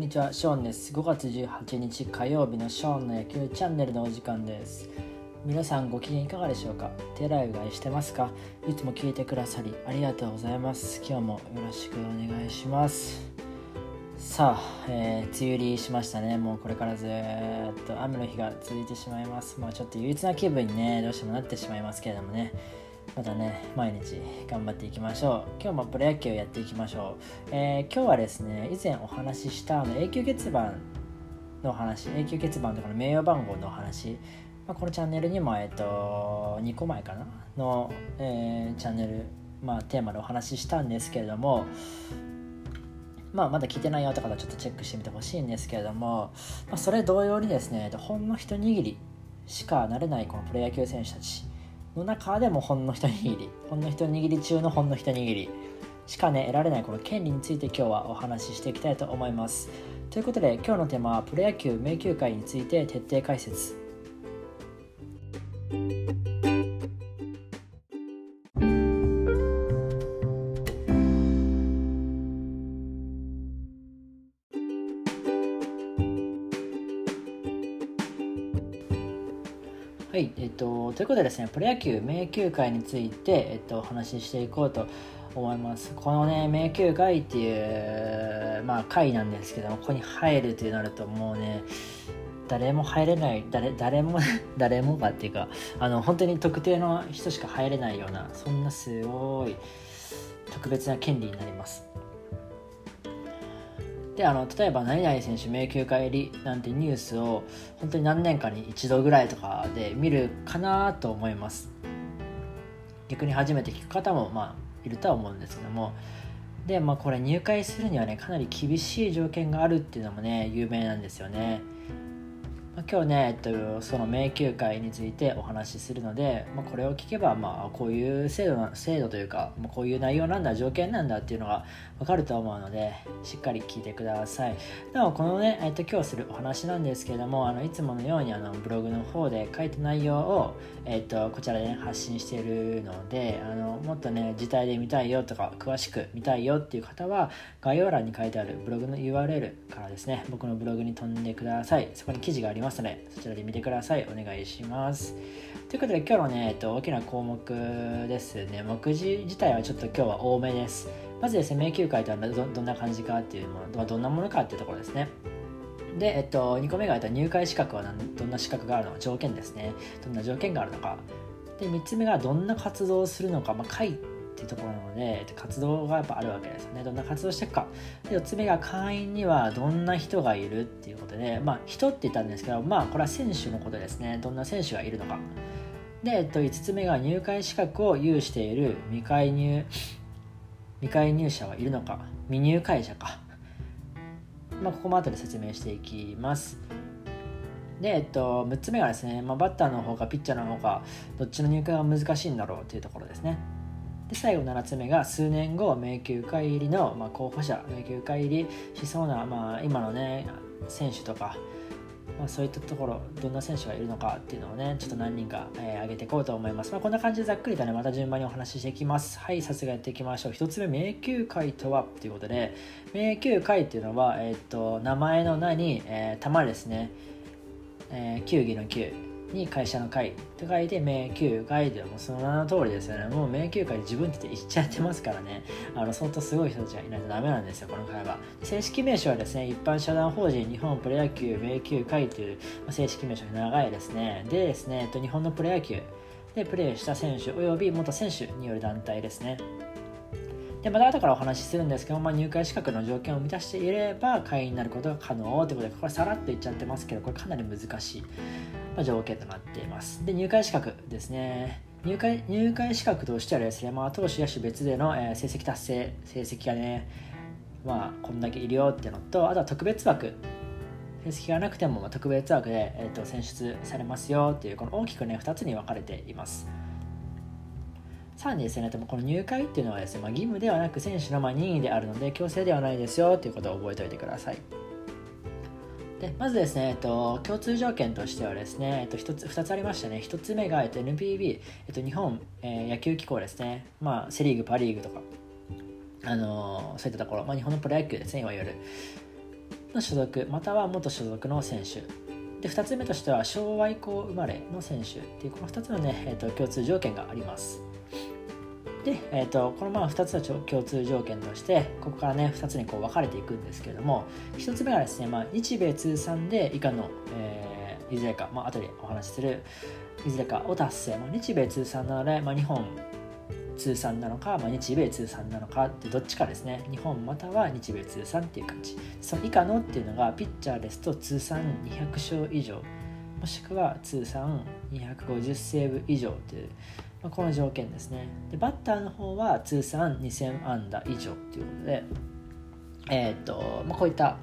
にちは、ショーンです。5月18日火曜日のショーンの野球チャンネルのお時間です。皆さんご機嫌いかがでしょうか？手洗いうがいしてますか？いつも聞いてくださりありがとうございます。今日もよろしくお願いします。さあ、梅雨入りしましたね。もうこれからずっと雨の日が続いてしまいます。ちょっと憂鬱な気分にね、どうしてもなってしまいますけれどもね、またね、毎日頑張っていきましょう。今日もプロ野球をやっていきましょう。今日はですね、以前お話しした永久欠番の話、永久欠番とかの名誉番号のお話、このチャンネルにも、2個前かなの、チャンネル、テーマでお話ししたんですけれども、まだ聞いてないよって方はちょっとチェックしてみてほしいんですけれども、それ同様にですね、ほんの一握りしかなれないこのプロ野球選手たちの中でもほんの一握り中のほんの一握りしかね得られないこの権利について今日はお話ししていきたいと思います。ということで今日のテーマはプロ野球名球会について徹底解説。はい、ということでですね、プロ野球名球会について、お話ししていこうと思います。このね、名球会っていう、会なんですけども、ここに入るとなるともうね、誰も入れない、誰もがっていうか、本当に特定の人しか入れないような、そんなすごい特別な権利になります。で例えば何々選手名球会入りなんてニュースを本当に何年かに一度ぐらいとかで見るかなと思います。逆に初めて聞く方もいるとは思うんですけども、でこれ入会するにはねかなり厳しい条件があるっていうのもね有名なんですよね。今日ね、その名球会についてお話しするので、これを聞けばこういう制度というか、こういう内容なんだ条件なんだっていうのが分かると思うのでしっかり聞いてください。なおこのね、今日するお話なんですけれどもいつものようにブログの方で書いた内容を、こちらで、発信しているのでもっとね字体で見たいよとか詳しく見たいよっていう方は概要欄に書いてあるブログの URL からですね僕のブログに飛んでください。そこに記事がありますのでそちらで見てください。お願いします。ということで今日のね、大きな項目ですね。目次自体はちょっと今日は多めです。まずですね、名球会とはどんな感じかっていうもの、どんなものかっていうところですね。で、2個目が入会資格はどんな資格があるのか、条件ですね。どんな条件があるのか。で、3つ目がどんな活動をするのか、会っていうところなので活動がやっぱあるわけですよね。どんな活動していくか。で4つ目が会員にはどんな人がいるっていうことで、人って言ったんですけどこれは選手のことですね。どんな選手がいるのか。で、5つ目が入会資格を有している未介入者はいるのか。未入会者か。ここも後で説明していきます。で、6つ目がですね、バッターの方かピッチャーの方かどっちの入会が難しいんだろうというところですね。で最後7つ目が数年後名球会入りの、候補者名球会入りしそうな、今のね選手とか、そういったところどんな選手がいるのかっていうのをねちょっと何人か、挙げていこうと思います。こんな感じでざっくりとねまた順番にお話ししていきます。はい、早速やっていきましょう。1つ目、名球会とはということで、名球会っていうのは、名前の名に、玉ですね、球技の球に会社の会と書いて名球会でもその名の通りですよね。もう名球会自分って言っちゃってますからね。相当すごい人たちがいないとダメなんですよこの会は。正式名称はですね、一般社団法人日本プロ野球名球会という、正式名称が長いですね。でですね、日本のプロ野球でプレーした選手および元選手による団体ですね。でまた後からお話しするんですけど、入会資格の条件を満たしていれば会員になることが可能ということで、これさらっと言っちゃってますけどこれかなり難しい条件となっています。で入会資格ですね。入会資格としてはですね、投手野手別での、成績達成成績がねこんだけいるよっていうのと、あとは特別枠成績がなくても特別枠で、選出されますよっていうこの大きくね2つに分かれています。さらにですね、この入会っていうのはですね、義務ではなく選手の任意であるので強制ではないですよということを覚えておいてください。でまずですね、共通条件としてはですね、2つありましたね。1つ目が、NPB、日本、野球機構ですね。セリーグパリーグとか、そういったところ、日本のプロ野球ですねいわゆるの所属または元所属の選手で、2つ目としては昭和以降生まれの選手っていうこの2つのね、共通条件があります。で、この2つの共通条件としてここからね2つにこう分かれていくんですけれども、1つ目はですね、日米通算で以下の、いずれか、後でお話しするいずれかを達成、日米通算なので、日本通算なのか、日米通算なのかってどっちかですね。日本または日米通算っていう感じ。その以下のっていうのがピッチャーですと通算200勝以上もしくは通算250セーブ以上という、この条件ですね。でバッターの方は通算2000安打以上ということで、こういった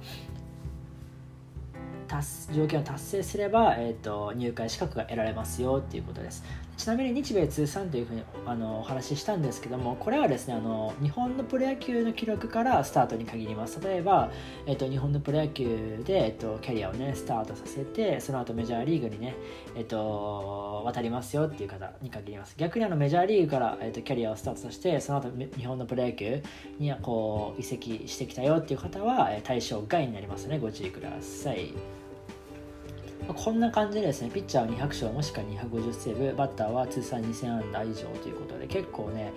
条件を達成すれば、入会資格が得られますよっていうことです。ちなみに日米通算というふうにお話ししたんですけども、これはですね日本のプロ野球の記録からスタートに限ります。例えば、日本のプロ野球で、キャリアをねスタートさせて、その後メジャーリーグにね、渡りますよっていう方に限ります。逆にメジャーリーグから、キャリアをスタートさせて、その後日本のプロ野球にこう移籍してきたよっていう方は、対象外になりますね。ご注意ください。こんな感じでですね、ピッチャーは200勝もしくは250セーブ、バッターは通算2000安打以上ということで、結構ね、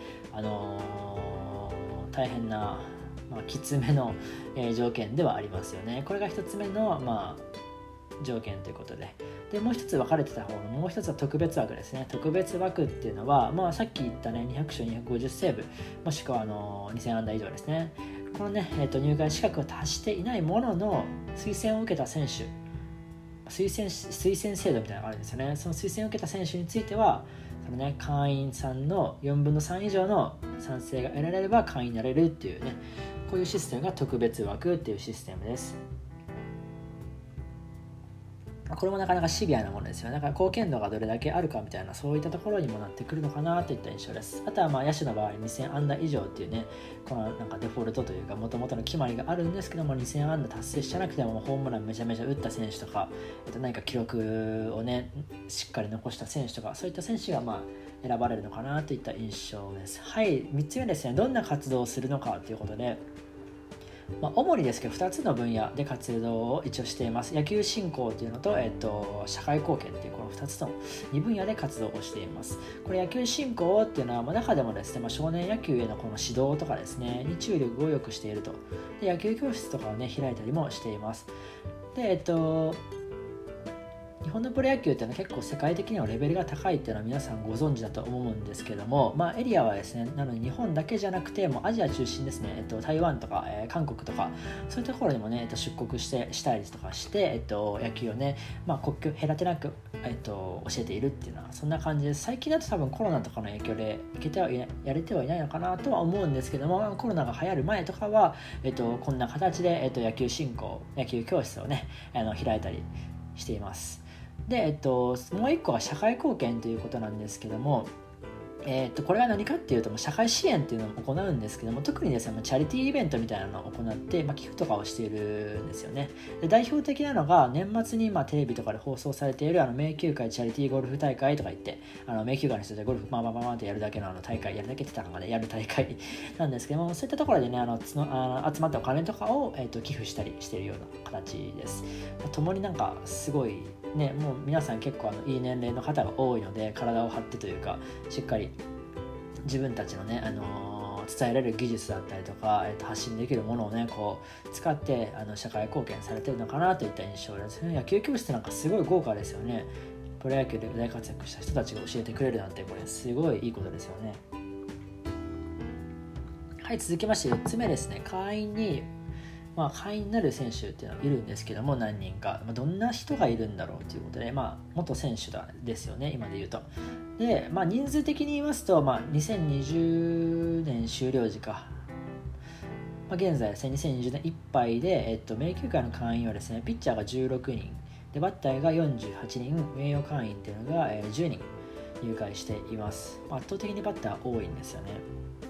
大変な、きつめの、条件ではありますよね。これが1つ目の、条件ということで、もう一つ分かれてた方のもう一つは特別枠ですね。特別枠っていうのは、さっき言ったね200勝250セーブもしくは2000安打以上ですね。このね、入会資格を達していないものの推薦を受けた選手、推薦制度みたいなのがあるんですよね。その推薦を受けた選手についてはその、会員さんの4分の3以上の賛成が得られれば会員になれるっていうね、こういうシステムが特別枠っていうシステムです。これもなかなかシビアなものですよね。だから貢献度がどれだけあるかみたいな、そういったところにもなってくるのかなといった印象です。あとは野手の場合2000安打以上っていうね、このなんかデフォルトというか元々の決まりがあるんですけども、2000安打達成してなくてもホームランめちゃめちゃ打った選手とか、何か記録をねしっかり残した選手とか、そういった選手が選ばれるのかなといった印象です。はい、3つ目ですね。どんな活動をするのかということで、主にですけど2つの分野で活動を一応しています。野球振興というのと、社会貢献というこの2つの2分野で活動をしています。これ野球振興っていうのは、中でもですね、少年野球へのこの指導とかですねに注力をよくしていると。で野球教室とかをね開いたりもしています。で日本のプロ野球っていうのは結構世界的にはレベルが高いっていうのは皆さんご存知だと思うんですけども、エリアはですね、なので日本だけじゃなくてもうアジア中心ですね、台湾とか、韓国とかそういうところにもね、出国したりとかして、野球をね、国境隔てなく、教えているっていうのはそんな感じです。最近だと多分コロナとかの影響でやれてはいないのかなとは思うんですけども、コロナが流行る前とかは、こんな形で、野球振興、野球教室をね開いたりしています。で、もう一個は社会貢献ということなんですけども、これは何かっていうと社会支援っていうのを行うんですけども、特にですねチャリティーイベントみたいなのを行って、寄付とかをしているんですよね。で代表的なのが年末にテレビとかで放送されている名球会チャリティーゴルフ大会とか言って、名球会の人でゴルフってやるだけの大会、やるだけって言ったのがねやる大会なんですけども、そういったところでね集まったお金とかを、寄付したりしているような形です。共になんかすごいね、もう皆さん結構いい年齢の方が多いので、体を張ってというかしっかり自分たちのね、伝えられる技術だったりとか、発信できるものをねこう使って社会貢献されてるのかなといった印象ですね。野球教室なんかすごい豪華ですよね。プロ野球で大活躍した人たちが教えてくれるなんて、これすごいいいことですよね。はい、続きまして4つ目ですね。会員になる選手っていうのはいるんですけども、何人か、どんな人がいるんだろうということで、元選手ですよね、今で言うと。で、人数的に言いますと、2020年終了時か、現在ですね、2020年いっぱいで、名球会の会員はですね、ピッチャーが16人で、バッターが48人、名誉会員っていうのが10人入会しています。圧倒的にバッター多いんですよね。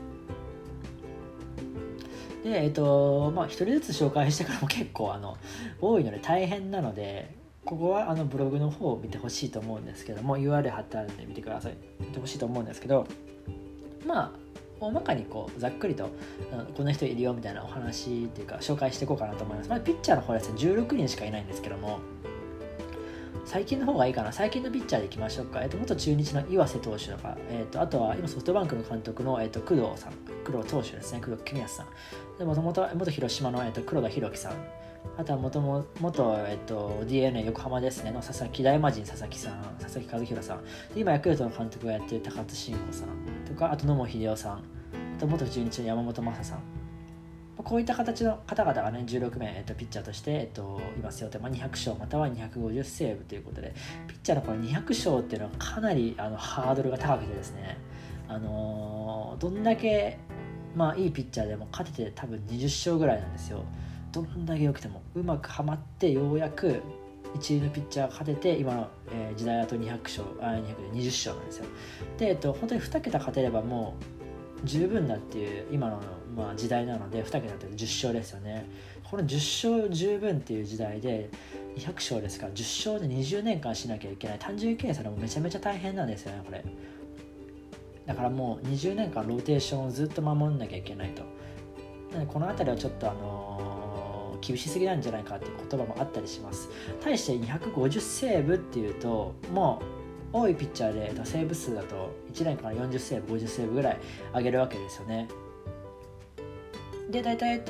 で一人ずつ紹介してからも結構多いので大変なので、ここはブログの方を見てほしいと思うんですけども、 URL 貼ってあるんで見てください。見てほしいと思うんですけど、 大まかにこうざっくりとこの人いるよみたいなお話っていうか紹介していこうかなと思います。ピッチャーの方ですね16人しかいないんですけども、最近の方がいいかな。最近のピッチャーでいきましょうか。元中日の岩瀬投手とか、あとは今ソフトバンクの監督の、工藤投手ですね、工藤公康さんで、元広島の、黒田博樹さん、あとは元、DNA 横浜ですねの大魔神佐々木和弘さんで、今ヤクルトの監督をやっている高津臣吾さんとか、あと野茂英雄さん、あと元中日の山本昌さん、こういった形の方々がね16名、ピッチャーとして、いますよと、200勝または250セーブということで、ピッチャーのこの200勝っていうのはかなりハードルが高くてですね、どんだけ、いいピッチャーでも勝てて多分20勝ぐらいなんですよ。どんだけ良くてもうまくはまってようやく一流のピッチャーが勝てて、今の、時代だと220勝なんですよ。で、本当に2桁勝てればもう十分だっていう今の、時代なので、2桁って10勝ですよね。この10勝十分っていう時代で200勝ですから、10勝で20年間しなきゃいけない、単純計算でもめちゃめちゃ大変なんですよねこれ。だからもう20年間ローテーションをずっと守んなきゃいけないと。なのでこの辺りはちょっと厳しすぎなんじゃないかっていう言葉もあったりします。対して250セーブっていうと、もう多いピッチャーでセーブ数だと1年間40セーブ50セーブぐらい上げるわけですよね。で大体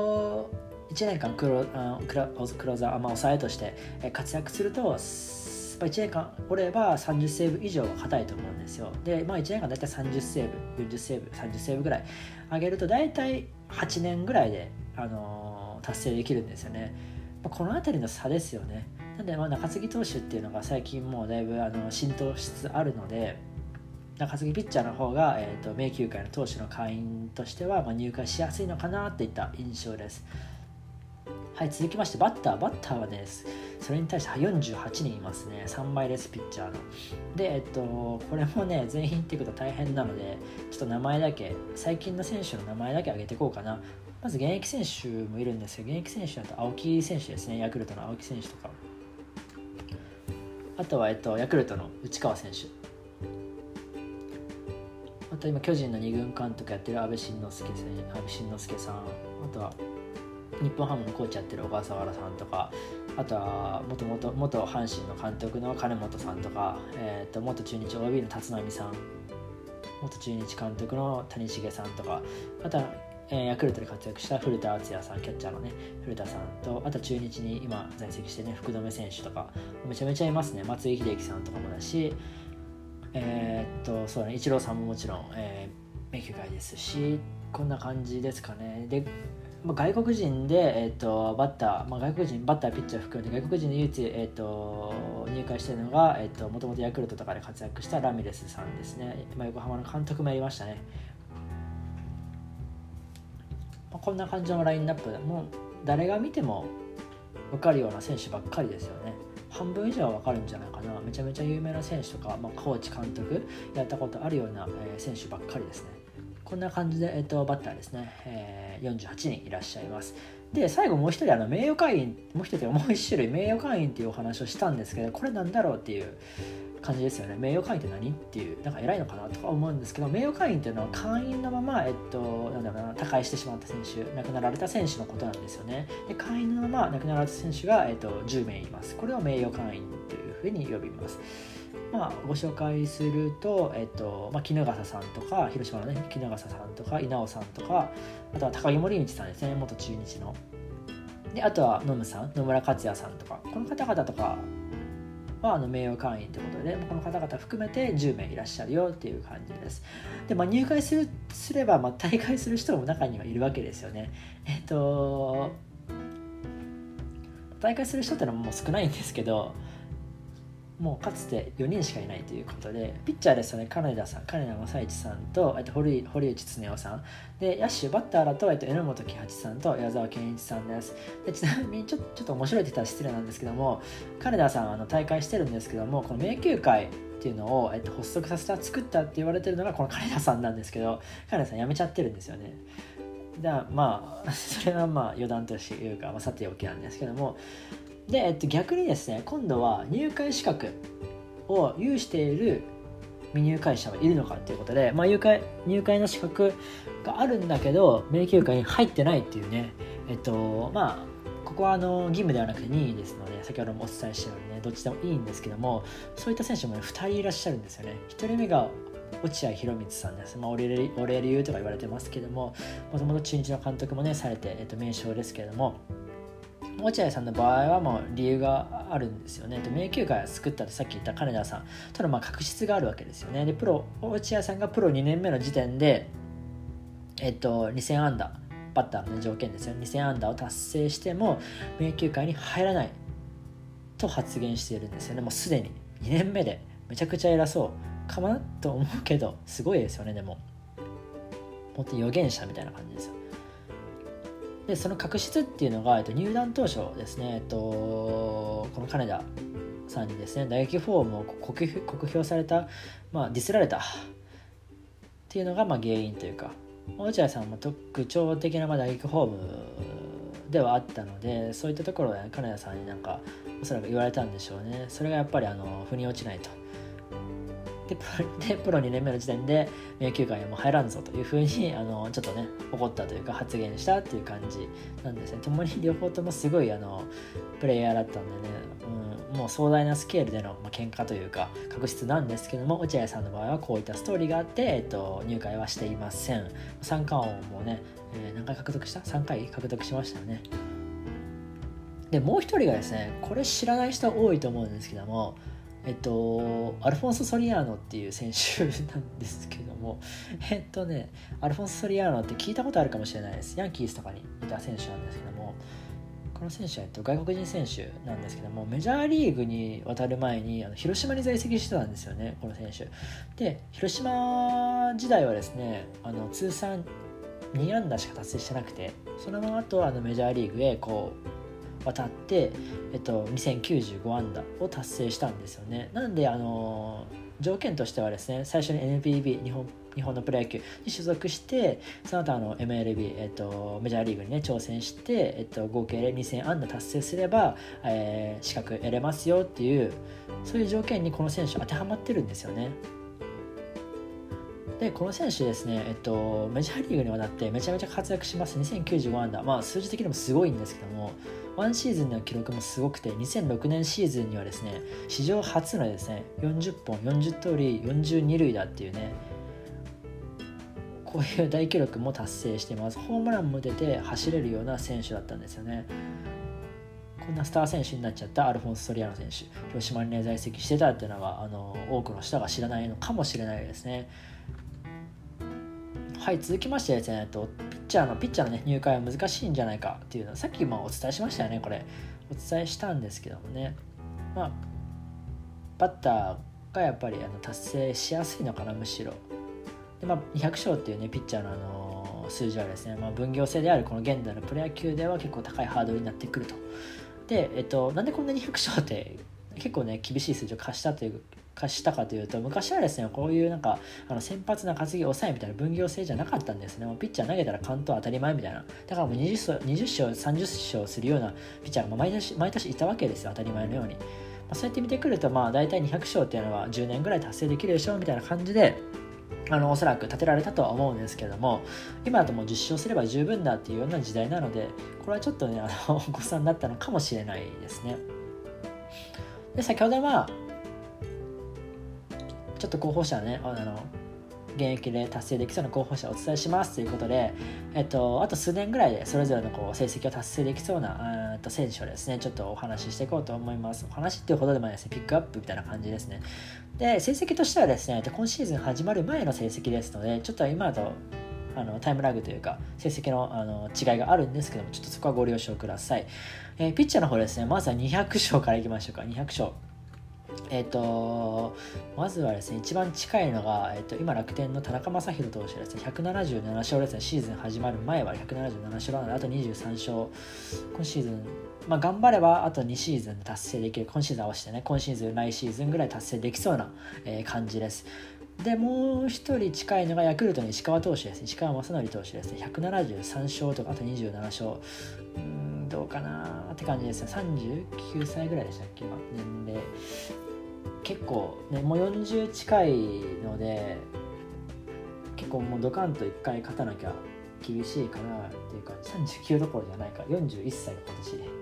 1年間クローザー、抑えとして活躍すると1年間おれば30セーブ以上は硬いと思うんですよ。で、1年間だいたい30セーブ40セーブ30セーブぐらい上げるとだいたい8年ぐらいで、達成できるんですよね。この辺りの差ですよね。なんで中継ぎ投手っていうのが最近もうだいぶ浸透しつつあるので、中継ぎピッチャーの方が、名球会の投手の会員としては、入会しやすいのかなといった印象です。はい、続きましてバッターはね、それに対して48人いますね。3倍です、ピッチャーの。で、これもね全員っていうことは大変なので、ちょっと名前だけ、最近の選手の名前だけ挙げていこうかな。まず現役選手もいるんですよ。現役選手だと青木選手ですね、ヤクルトの青木選手とか、あとは、ヤクルトの内川選手、あと今巨人の2軍監督やってる阿部慎之助さん、あとは日本ハムのコーチやってる小笠原さんとか、あとは元阪神の監督の金本さんとか、元中日 OB の立浪さん、元中日監督の谷繁さんとか、あとは、ヤクルトで活躍した古田敦也さん、キャッチャーのね古田さんと、あと中日に今在籍してね福留選手とかめちゃめちゃいますね。松井秀喜さんとかもだし、そうだね、イチローさんももちろん、名球会ですし、こんな感じですかね。で、外国人で、バッター、外国人バッターピッチャー含めて外国人で唯一、入会しているのが、もともとヤクルトとかで活躍したラミレスさんですね。横浜の監督もやりましたね。こんな感じのラインナップでもう誰が見ても分かるような選手ばっかりですよね。半分以上は分かるんじゃないかな。めちゃめちゃ有名な選手とか、コーチ監督やったことあるような、選手ばっかりですね。こんな感じで、バッターですね、48人いらっしゃいます。で最後もう一人名誉会員、もう一種類名誉会員っていうお話をしたんですけど、これなんだろうっていう感じですよね。名誉会員って何っていう、なんか偉いのかなとか思うんですけど、名誉会員っていうのは会員のまま、他界してしまった選手、亡くなられた選手のことなんですよね。で会員のまま亡くなられた選手が、10名います。これを名誉会員というふうに呼びます。ご紹介すると、衣笠さんとか、広島のね衣笠さんとか稲尾さんとか、あとは高木森道さんですね、元中日の。であとは野村克也さんとか、この方々とかは名誉会員ということで、この方々含めて10名いらっしゃるよっていう感じです。で、入会すれば、大会する人も中にはいるわけですよね。大会する人ってのはもう少ないんですけど、もうかつて4人しかいないということで、ピッチャーですよね、金田正一さんと堀内恒夫さんで、野手バッターだと榎本喜八さんと矢沢健一さんです。でちなみにちょっと面白いって言ったら失礼なんですけども、金田さん大会してるんですけども、この名球会っていうのを、発足させた作ったって言われてるのがこの金田さんなんですけど、金田さん辞めちゃってるんですよね。それは余談というか、さておきなんですけども、で、逆にですね、今度は入会資格を有している未入会者はいるのかっていうことで、入会の資格があるんだけど名球会に入ってないっていうね、ここは義務ではなくて任意ですので、先ほどもお伝えしたようにね、どっちでもいいんですけども、そういった選手も、ね、2人いらっしゃるんですよね。1人目が落合博満さんです。オレ流とか言われてますけども、もともと中日の監督もねされて、名将ですけれども、落合さんの場合はもう理由があるんですよね。名球会を作ったってさっき言った金田さんとの確執があるわけですよね。で落合さんがプロ2年目の時点で、2000安打バッターの、条件ですよ、2000安打を達成しても名球会に入らないと発言しているんですよね。もうすでに2年目でめちゃくちゃ偉そうかなと思うけど、すごいですよね。でも本当に預言者みたいな感じですよ。でその確執っていうのが、入団当初ですね、この金田さんにですね打撃フォームを酷評された、ディスられたっていうのが原因というか、落合さんも特徴的な打撃フォームではあったので、そういったところで金田さんにおそらく言われたんでしょうね。それがやっぱり腑に落ちないと。でプロ2年目の時点で名球会にも入らんぞというふうにちょっとね怒ったというか発言したっていう感じなんですね。両方ともすごいプレイヤーだったんでね、もう壮大なスケールでの喧嘩というか確執なんですけども、落合さんの場合はこういったストーリーがあって、入会はしていません。三冠王もね、何回獲得した ?3 回獲得しましたよね。でもう一人がですね、これ知らない人多いと思うんですけども、アルフォンソ・ソリアーノっていう選手なんですけども、アルフォンソ・ソリアーノって聞いたことあるかもしれないです。ヤンキースとかにいた選手なんですけども、この選手は外国人選手なんですけども、メジャーリーグに渡る前に広島に在籍してたんですよね、この選手で。広島時代はですね、通算2安打しか達成してなくて、その後メジャーリーグへ渡って、2095安打を達成したんですよね。なので条件としてはですね、最初に NPB 日本のプロ野球に所属して、その後MLB、メジャーリーグにね挑戦して、合計で2000安打達成すれば、資格得れますよっていう、そういう条件にこの選手当てはまってるんですよね。でこの選手ですね、メジャーリーグに渡ってめちゃめちゃ活躍します。2095安打、数字的にもすごいんですけども、ワンシーズンの記録もすごくて、2006年シーズンにはですね、史上初のですね40本40盗塁42塁打っていうね、こういう大記録も達成しています。ホームランも出て走れるような選手だったんですよね。こんなスター選手になっちゃったアルフォンソ・ソリアーノ選手、広島に、ね、在籍してたっていうのは多くの人が知らないのかもしれないですね。はい、続きましてですね、ピッチャーの、ね、入会は難しいんじゃないかっていうのはさっきもお伝えしましたよね。これお伝えしたんですけどもね、バッターがやっぱり達成しやすいのかな、むしろ。で、200勝っていうねピッチャーの、数字はですね、分業制であるこの現代のプロ野球では結構高いハードルになってくると。で、なんでこんなに200勝って結構ね厳しい数字を課したかというと、昔はですねこういう先発中継ぎ抑えみたいな分業制じゃなかったんですね。もうピッチャー投げたら完投当たり前みたいな、だからもう20勝30勝するようなピッチャーが毎年いたわけですよ、当たり前のように。そうやって見てくると大体200勝っていうのは10年ぐらい達成できるでしょみたいな感じでおそらく立てられたとは思うんですけれども、今だともう10勝すれば十分だっていうような時代なので、これはちょっとねお誤算だったのかもしれないですね。で先ほどちょっと候補者ね現役で達成できそうな候補者をお伝えしますということで、あと数年ぐらいでそれぞれの成績を達成できそうな選手をですねちょっとお話ししていこうと思います。お話っていうほどでもないですね、ピックアップみたいな感じですね。で成績としてはですね、今シーズン始まる前の成績ですので、ちょっと今だとタイムラグというか成績の違いがあるんですけども、ちょっとそこはご了承ください。ピッチャーの方ですね、まずは200勝からいきましょうか。200勝、まずはですね一番近いのが、今楽天の田中将大投手ですね、177勝ですね。シーズン始まる前は177勝なので、あと23勝、今シーズン頑張ればあと2シーズン達成できる、今シーズン合わせてね、今シーズン来シーズンぐらい達成できそうな、感じです。でもう一人近いのがヤクルトの石川投手です。石川雅規投手ですね、173勝とかあと27勝、どうかなって感じですね。39歳ぐらいでしたっけ、今年齢。 結構ねもう40近いので結構もうドカンと1回勝たなきゃ厳しいかなっていうか、39どころじゃないか、41歳の今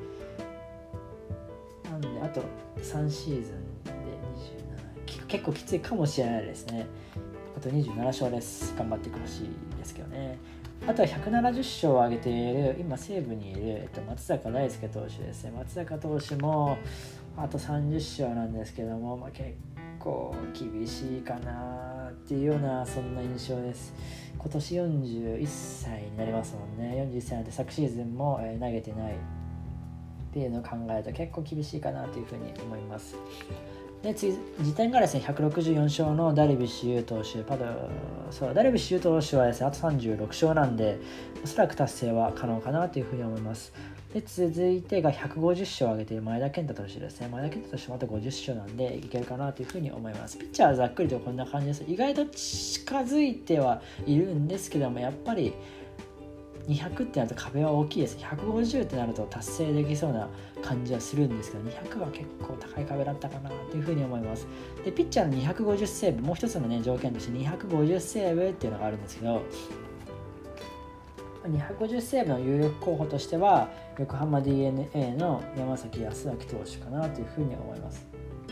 年なんであと3シーズンで27、結構きついかもしれないですね。あと27勝です。頑張ってほしいですけどね。あとは170勝を挙げている今西武にいる、松坂大輔投手ですね。松坂投手もあと30勝なんですけども、結構厳しいかなっていうようなそんな印象です。今年41歳になりますもんね。41歳なんで昨シーズンも投げてないっていうのを考えると結構厳しいかなというふうに思います。で次時点がですね164勝のダルビッシュ有投手、ダルビッシュ有投手はですねあと36勝なんでおそらく達成は可能かなというふうに思います。で続いてが150勝を挙げている前田健太投手ですね。前田健太投手もあと50勝なんでいけるかなというふうに思います。ピッチャーはざっくりとこんな感じです。意外と近づいてはいるんですけども、やっぱり200ってなると壁は大きいです。150ってなると達成できそうな感じはするんですけど、200は結構高い壁だったかなというふうに思います。でピッチャーの250セーブ、もう一つのね条件として250セーブっていうのがあるんですけど、250セーブの有力候補としては横浜 DNA の山崎康晃投手かなというふうに思います。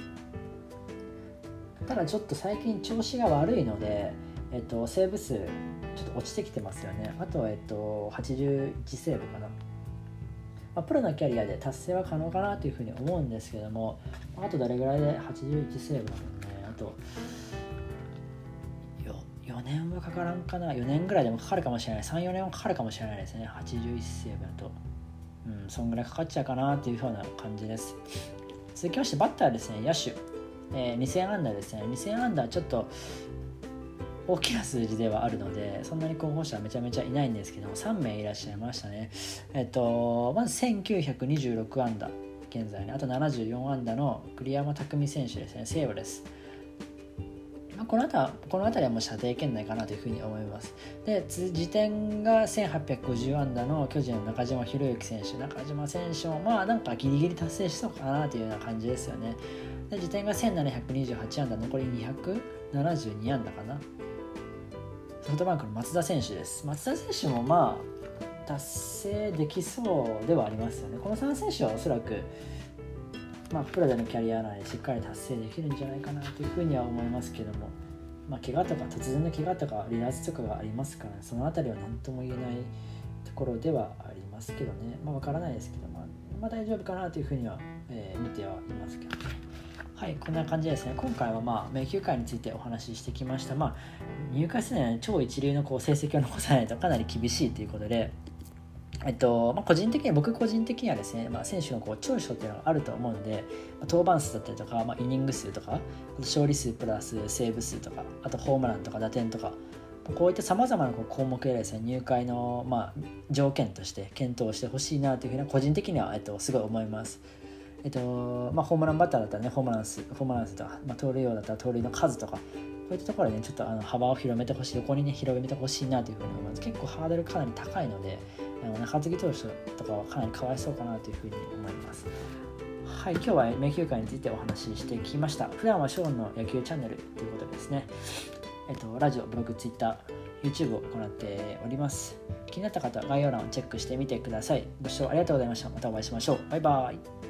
ただちょっと最近調子が悪いので、セーブ数ちょっと落ちてきてますよね。あとは81セーブかな。プロのキャリアで達成は可能かなというふうに思うんですけども、あとどれぐらいで81セーブなのね。あと4年はかからんかな。4年ぐらいでもかかるかもしれない。 3,4 年はかかるかもしれないですね。81セーブだとそんぐらいかかっちゃうかなというような感じです。続きましてバッターですね。野手、2000安打ですね。2000安打はちょっと大きな数字ではあるのでそんなに候補者はめちゃめちゃいないんですけども、3名いらっしゃいましたね。まず1926安打現在ね。あと74安打の栗山巧選手ですね。西武です。この辺りはもう射程圏内かなというふうに思います。で時点が1850安打の巨人の中島宏之選手。中島選手もなんかギリギリ達成しそうかなというような感じですよね。で時点が1728安打、残り272安打かな。ソフトバンクの松田選手です。松田選手も達成できそうではありますよね。この3選手はおそらくプロでのキャリア内でしっかり達成できるんじゃないかなというふうには思いますけども、怪我とか突然の怪我とか離脱とかがありますから、そのあたりは何とも言えないところではありますけどね。わからないですけど、大丈夫かなというふうには、見てはいますけどね。はい、こんな感じですね。今回は迷宮会についてお話ししてきました。入会するには超一流の成績を残さないとかなり厳しいということで、僕個人的にはですね、選手の長所っていうのがあると思うので、登板数だったりとか、イニング数とか、勝利数プラスセーブ数とか、あとホームランとか打点とか、こういったさまざまな項目でですね、入会の条件として検討してほしいなというふうに個人的にはすごい思います。ホームランバッターだったらね、ホームラン数とか、盗塁王だったら盗塁の数とか、こういったところでねちょっと幅を広めてほしい、横にね広げてほしいなというふうに思います。結構ハードルかなり高いので、中継ぎ投手とかはかなりかわいそうかなというふうに思います。はい、今日は迷宮会についてお話ししてきました。普段はショーンの野球チャンネルということでですね、ラジオ、ブログ、ツイッター、YouTube を行っております。気になった方は概要欄をチェックしてみてください。ご視聴ありがとうございました。またお会いしましょう。バイバイ。